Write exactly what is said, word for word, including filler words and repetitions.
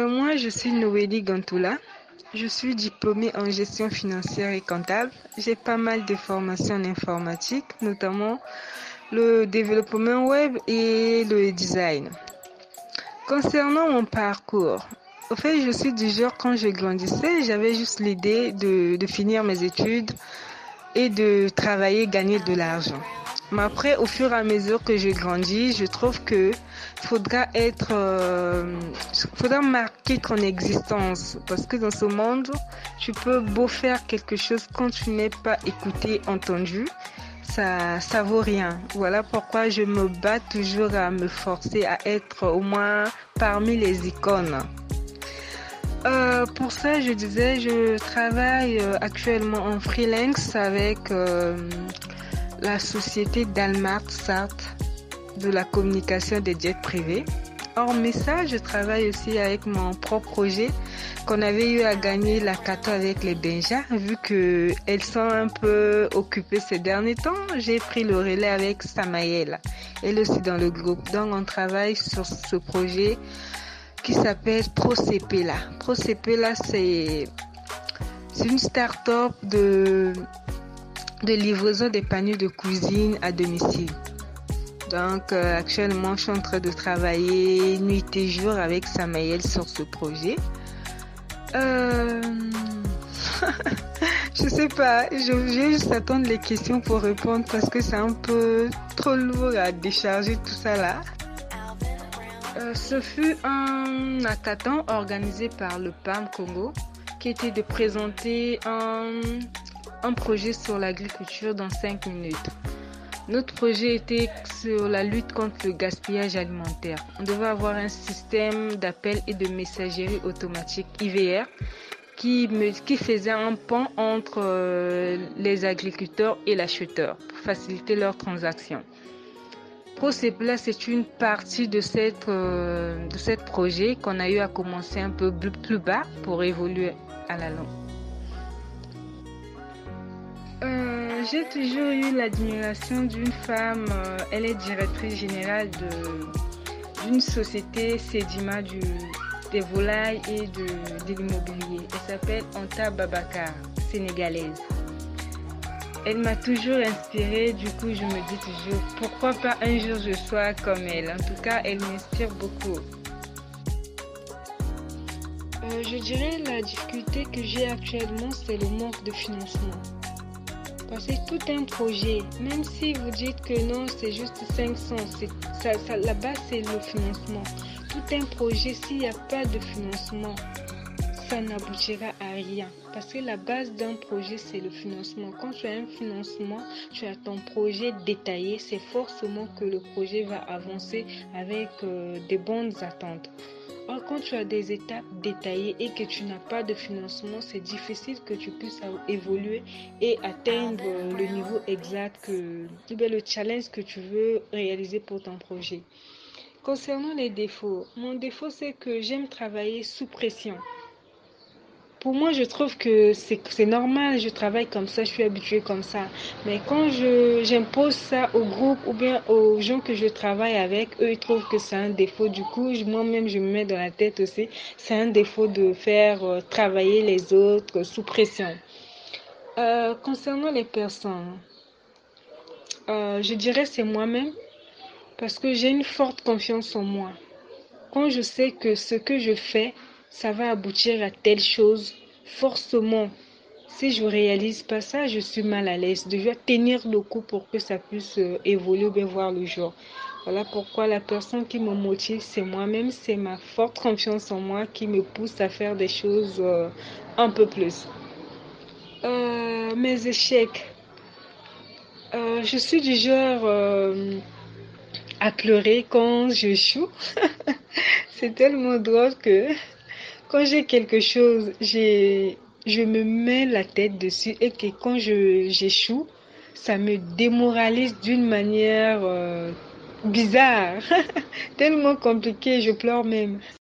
Euh, moi, je suis Noélie Gantoula. Je suis diplômée en gestion financière et comptable. J'ai pas mal de formations en informatique, notamment le développement web et le design. Concernant mon parcours, au fait, je suis du genre, quand je grandissais, j'avais juste l'idée de, de finir mes études et de travailler, gagner de l'argent. Mais après, au fur et à mesure que je grandis, je trouve que faudra être, euh, faudra marquer ton existence, parce que dans ce monde, tu peux beau faire quelque chose, quand tu n'es pas écouté, entendu, ça, ça vaut rien. Voilà pourquoi je me bats toujours à me forcer à être au moins parmi les icônes. Euh, pour ça, je disais, je travaille euh, actuellement en freelance avec euh, la société Dalmart Sart de la communication des jets privés. Hormis ça, je travaille aussi avec mon propre projet qu'on avait eu à gagner la Cato avec les Benja. Vu qu'elles sont un peu occupées ces derniers temps, j'ai pris le relais avec Samaël. Elle aussi dans le groupe. Donc on travaille sur ce projet qui s'appelle ProCPLA. ProCPLA, c'est c'est une start-up de, de livraison des paniers de cuisine à domicile. Donc euh, actuellement, je suis en train de travailler nuit et jour avec Samaël sur ce projet. Euh... je sais pas, je vais juste attendre les questions pour répondre parce que c'est un peu trop lourd à décharger tout ça là. Euh, ce fut un hackathon organisé par le P A M Congo qui était de présenter un, un projet sur l'agriculture dans cinq minutes. Notre projet était sur la lutte contre le gaspillage alimentaire. On devait avoir un système d'appel et de messagerie automatique I V R qui, me, qui faisait un pont entre euh, les agriculteurs et l'acheteur pour faciliter leurs transactions. ProCPLA, c'est une partie de cette euh, de cet projet qu'on a eu à commencer un peu plus bas pour évoluer à la longue. Euh, j'ai toujours eu l'admiration d'une femme. Euh, elle est directrice générale de d'une société Sedima du des volailles et de, de l'immobilier. Elle s'appelle Anta Babakar, sénégalaise. Elle m'a toujours inspirée, du coup je me dis toujours pourquoi pas un jour je sois comme elle. En tout cas, elle m'inspire beaucoup. Euh, je dirais la difficulté que j'ai actuellement, c'est le manque de financement. Parce que tout un projet, même si vous dites que non, c'est juste cinq cents, c'est, ça, ça, la base c'est le financement. Tout un projet, s'il n'y a pas de financement, ça n'aboutira à rien. Parce que la base d'un projet, c'est le financement. Quand tu as un financement, tu as ton projet détaillé, c'est forcément que le projet va avancer avec euh, des bonnes attentes. Or, quand tu as des étapes détaillées et que tu n'as pas de financement, c'est difficile que tu puisses évoluer et atteindre le niveau exact, que, le challenge que tu veux réaliser pour ton projet. Concernant les défauts, mon défaut, c'est que j'aime travailler sous pression. Pour moi, je trouve que c'est, c'est normal, je travaille comme ça, je suis habituée comme ça. Mais quand je, j'impose ça au groupe ou bien aux gens que je travaille avec, eux, ils trouvent que c'est un défaut. Du coup, moi-même, je me mets dans la tête aussi, c'est un défaut de faire euh, travailler les autres sous pression. Euh, concernant les personnes, euh, je dirais c'est moi-même parce que j'ai une forte confiance en moi. Quand je sais que ce que je fais, ça va aboutir à telle chose, forcément, si je ne réalise pas ça, je suis mal à l'aise. Je dois tenir le coup pour que ça puisse évoluer ou bien voir le jour. Voilà pourquoi la personne qui me motive, c'est moi-même, c'est ma forte confiance en moi qui me pousse à faire des choses euh, un peu plus. Euh, mes échecs. Euh, je suis du genre euh, à pleurer quand j'échoue. C'est tellement drôle que quand j'ai quelque chose, j'ai, je me mets la tête dessus et que quand je, j'échoue, ça me démoralise d'une manière euh, bizarre, tellement compliquée, je pleure même.